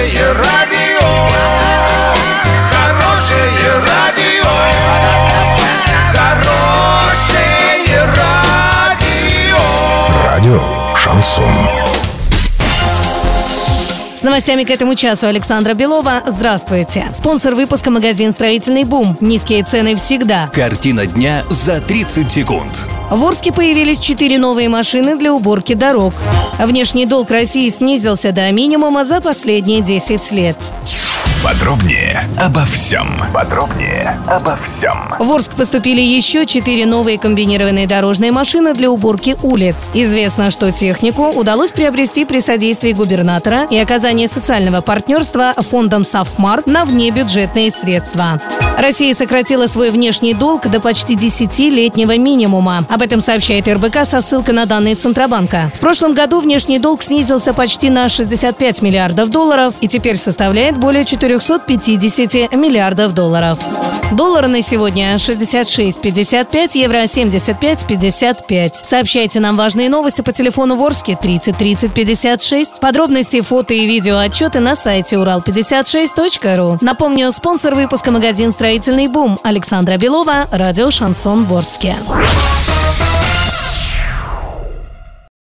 Хорошее радио, хорошее радио, хорошее радио. Радио «Шансон». С новостями к этому часу Александра Белова. Здравствуйте. Спонсор выпуска — магазин «Строительный бум». Низкие цены всегда. Картина дня за 30 секунд. В Орске появились 4 новые машины для уборки дорог. Внешний долг России снизился до минимума за последние 10 лет. Подробнее обо всем. В Орск поступили еще 4 новые комбинированные дорожные машины для уборки улиц. Известно, что технику удалось приобрести при содействии губернатора и оказании социального партнерства фондом «Сафмар» на внебюджетные средства. Россия сократила свой внешний долг до почти 10-летнего минимума. Об этом сообщает РБК со ссылкой на данные Центробанка. В прошлом году внешний долг снизился почти на 65 миллиардов долларов и теперь составляет более 450 миллиардов долларов. Доллар на сегодня 66,55, евро 75,55. Сообщайте нам важные новости по телефону в Орске 30 30 56. Подробности, фото и видео отчеты на сайте урал56.ру. Напомню, спонсор выпуска — магазин «Строительный бум». Александра Белова, радио «Шансон» в Орске.